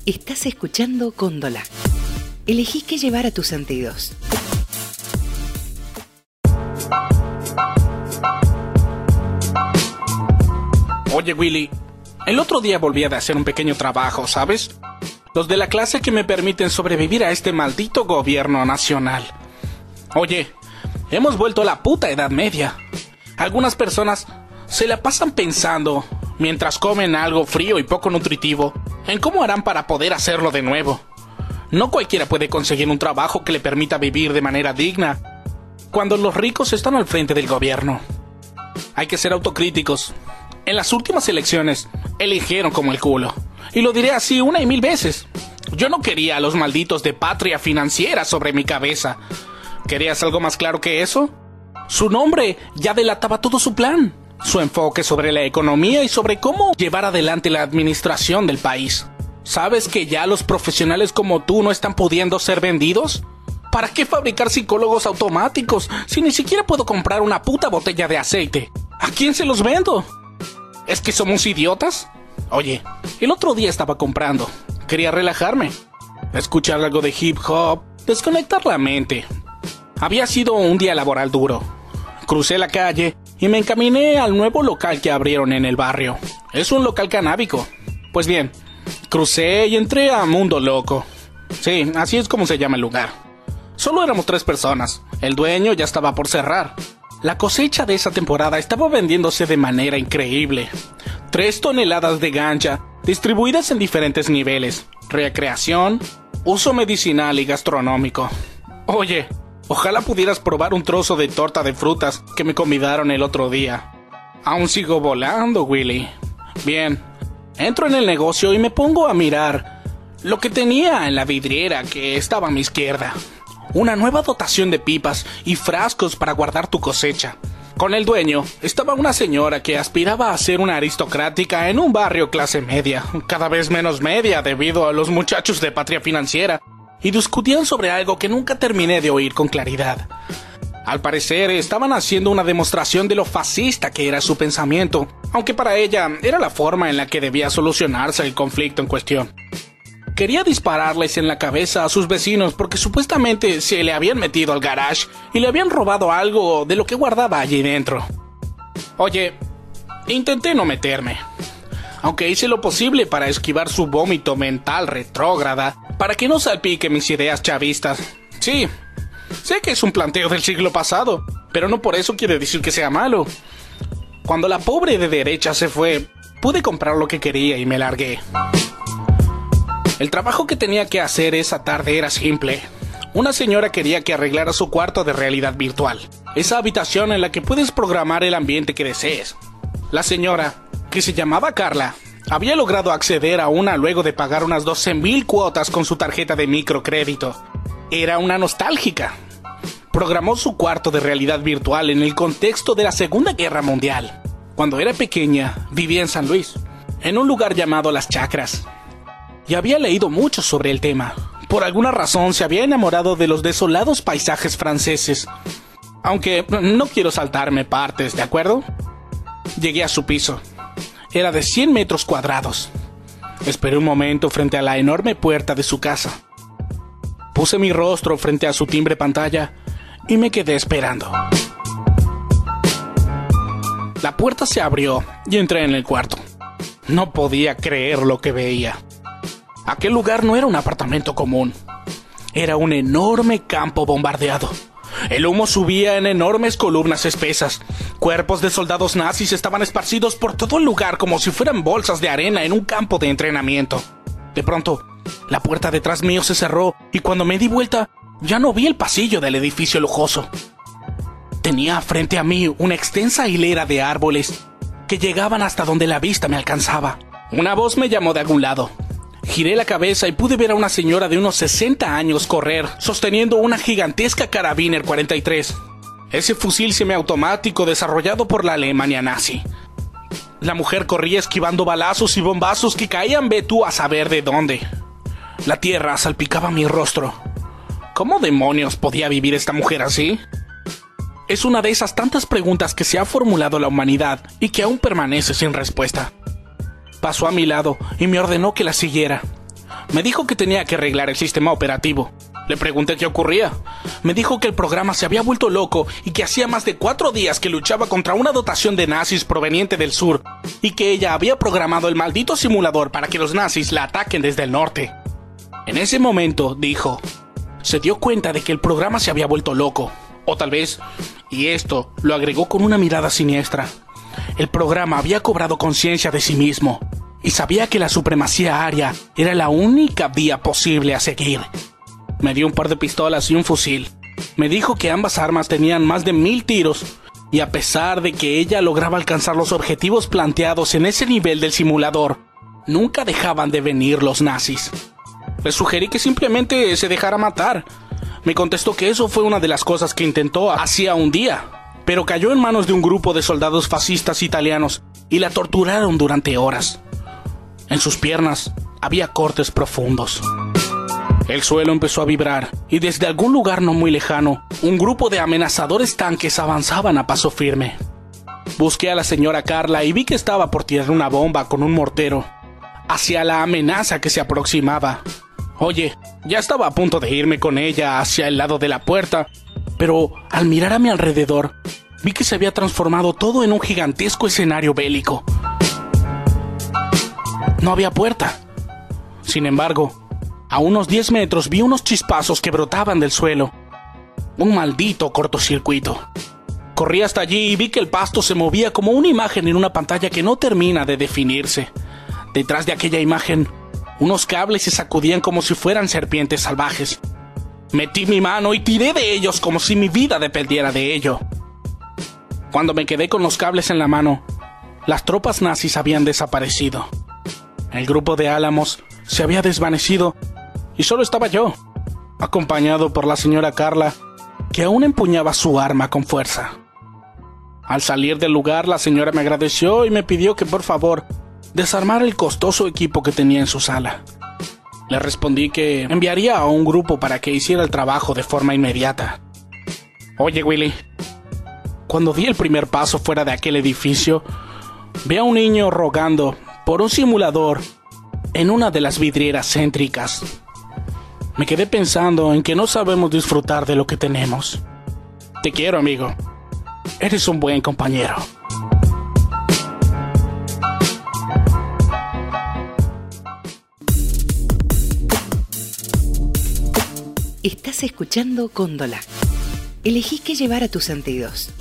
Estás escuchando Cóndola. Elegí qué llevar a tus sentidos. Oye, Willy, el otro día volví a hacer un pequeño trabajo, ¿sabes? Los de la clase que me permiten sobrevivir a este maldito gobierno nacional. Oye, hemos vuelto a la puta Edad Media. Algunas personas se la pasan pensando, mientras comen algo frío y poco nutritivo, en cómo harán para poder hacerlo de nuevo. No cualquiera puede conseguir un trabajo que le permita vivir de manera digna cuando los ricos están al frente del gobierno. Hay que ser autocríticos. En las últimas elecciones, eligieron como el culo. Y lo diré así 1 y 1000 veces. Yo no quería a los malditos de Patria Financiera sobre mi cabeza. ¿Querías algo más claro que eso? Su nombre ya delataba todo su plan. Su enfoque sobre la economía y sobre cómo llevar adelante la administración del país. ¿Sabes que ya los profesionales como tú no están pudiendo ser vendidos? ¿Para qué fabricar psicólogos automáticos si ni siquiera puedo comprar una puta botella de aceite? ¿A quién se los vendo? ¿Es que somos idiotas? Oye, el otro día estaba comprando. Quería relajarme, escuchar algo de hip hop, desconectar la mente. Había sido un día laboral duro. Crucé la calle y me encaminé al nuevo local que abrieron en el barrio. Es un local canábico. Pues bien, crucé y entré a Mundo Loco. Sí, así es como se llama el lugar. Solo éramos 3 personas. El dueño ya estaba por cerrar. La cosecha de esa temporada estaba vendiéndose de manera increíble. 3 toneladas de ganja, distribuidas en diferentes niveles: recreación, uso medicinal y gastronómico. Oye, ojalá pudieras probar un trozo de torta de frutas que me convidaron el otro día. Aún sigo volando, Willy. Bien, entro en el negocio y me pongo a mirar lo que tenía en la vidriera que estaba a mi izquierda. Una nueva dotación de pipas y frascos para guardar tu cosecha. Con el dueño estaba una señora que aspiraba a ser una aristocrática en un barrio clase media, cada vez menos media debido a los muchachos de Patria Financiera, y discutían sobre algo que nunca terminé de oír con claridad. Al parecer estaban haciendo una demostración de lo fascista que era su pensamiento, aunque para ella era la forma en la que debía solucionarse el conflicto en cuestión. Quería dispararles en la cabeza a sus vecinos porque supuestamente se le habían metido al garage y le habían robado algo de lo que guardaba allí dentro. Oye, intenté no meterme, aunque hice lo posible para esquivar su vómito mental retrógrada para que no salpique mis ideas chavistas. Sí, sé que es un planteo del siglo pasado, pero no por eso quiere decir que sea malo. Cuando la pobre de derecha se fue, pude comprar lo que quería y me largué. El trabajo que tenía que hacer esa tarde era simple. Una señora quería que arreglara su cuarto de realidad virtual, esa habitación en la que puedes programar el ambiente que desees. La señora, que se llamaba Carla, había logrado acceder a una luego de pagar unas 12,000 cuotas con su tarjeta de microcrédito. Era una nostálgica. Programó su cuarto de realidad virtual en el contexto de la Segunda Guerra Mundial. Cuando era pequeña, vivía en San Luis, en un lugar llamado Las Chacras, y había leído mucho sobre el tema. Por alguna razón se había enamorado de los desolados paisajes franceses. Aunque no quiero saltarme partes, ¿de acuerdo? Llegué a su piso. Era de 100 metros cuadrados. Esperé un momento frente a la enorme puerta de su casa. Puse mi rostro frente a su timbre pantalla y me quedé esperando. La puerta se abrió y entré en el cuarto. No podía creer lo que veía. Aquel lugar no era un apartamento común. Era un enorme campo bombardeado. El humo subía en enormes columnas espesas. Cuerpos de soldados nazis estaban esparcidos por todo el lugar como si fueran bolsas de arena en un campo de entrenamiento. De pronto, la puerta detrás mío se cerró y cuando me di vuelta, ya no vi el pasillo del edificio lujoso. Tenía frente a mí una extensa hilera de árboles que llegaban hasta donde la vista me alcanzaba. Una voz me llamó de algún lado. Giré la cabeza y pude ver a una señora de unos 60 años correr, sosteniendo una gigantesca Karabiner 43. Ese fusil semiautomático desarrollado por la Alemania nazi. La mujer corría esquivando balazos y bombazos que caían ve tú a saber de dónde. La tierra salpicaba mi rostro. ¿Cómo demonios podía vivir esta mujer así? Es una de esas tantas preguntas que se ha formulado la humanidad y que aún permanece sin respuesta. Pasó a mi lado y me ordenó que la siguiera. Me dijo que tenía que arreglar el sistema operativo. Le pregunté qué ocurría. Me dijo que el programa se había vuelto loco y que hacía más de 4 días que luchaba contra una dotación de nazis proveniente del sur y que ella había programado el maldito simulador para que los nazis la ataquen desde el norte. En ese momento, dijo, se dio cuenta de que el programa se había vuelto loco. O tal vez, y esto lo agregó con una mirada siniestra, el programa había cobrado conciencia de sí mismo y sabía que la supremacía aria era la única vía posible a seguir. Me dio un par de pistolas y un fusil. Me dijo que ambas armas tenían más de 1000 tiros y a pesar de que ella lograba alcanzar los objetivos planteados en ese nivel del simulador, nunca dejaban de venir los nazis. Le sugerí que simplemente se dejara matar. Me contestó que eso fue una de las cosas que intentó hacía un día, pero cayó en manos de un grupo de soldados fascistas italianos y la torturaron durante horas. En sus piernas había cortes profundos. El suelo empezó a vibrar y desde algún lugar no muy lejano, un grupo de amenazadores tanques avanzaban a paso firme. Busqué a la señora Carla y vi que estaba por tirar una bomba con un mortero hacia la amenaza que se aproximaba. Oye, ya estaba a punto de irme con ella hacia el lado de la puerta, pero al mirar a mi alrededor, vi que se había transformado todo en un gigantesco escenario bélico. No había puerta. Sin embargo, a unos 10 metros vi unos chispazos que brotaban del suelo. Un maldito cortocircuito. Corrí hasta allí y vi que el pasto se movía como una imagen en una pantalla que no termina de definirse. Detrás de aquella imagen, unos cables se sacudían como si fueran serpientes salvajes. Metí mi mano y tiré de ellos como si mi vida dependiera de ello. Cuando me quedé con los cables en la mano, las tropas nazis habían desaparecido. El grupo de Álamos se había desvanecido y solo estaba yo, acompañado por la señora Carla, que aún empuñaba su arma con fuerza. Al salir del lugar, la señora me agradeció y me pidió que por favor desarmara el costoso equipo que tenía en su sala. Le respondí que enviaría a un grupo para que hiciera el trabajo de forma inmediata. Oye, Willy, cuando di el primer paso fuera de aquel edificio, vi a un niño rogando por un simulador en una de las vidrieras céntricas. Me quedé pensando en que no sabemos disfrutar de lo que tenemos. Te quiero, amigo. Eres un buen compañero. Estás escuchando Góndola. Elegí qué llevar a tus sentidos.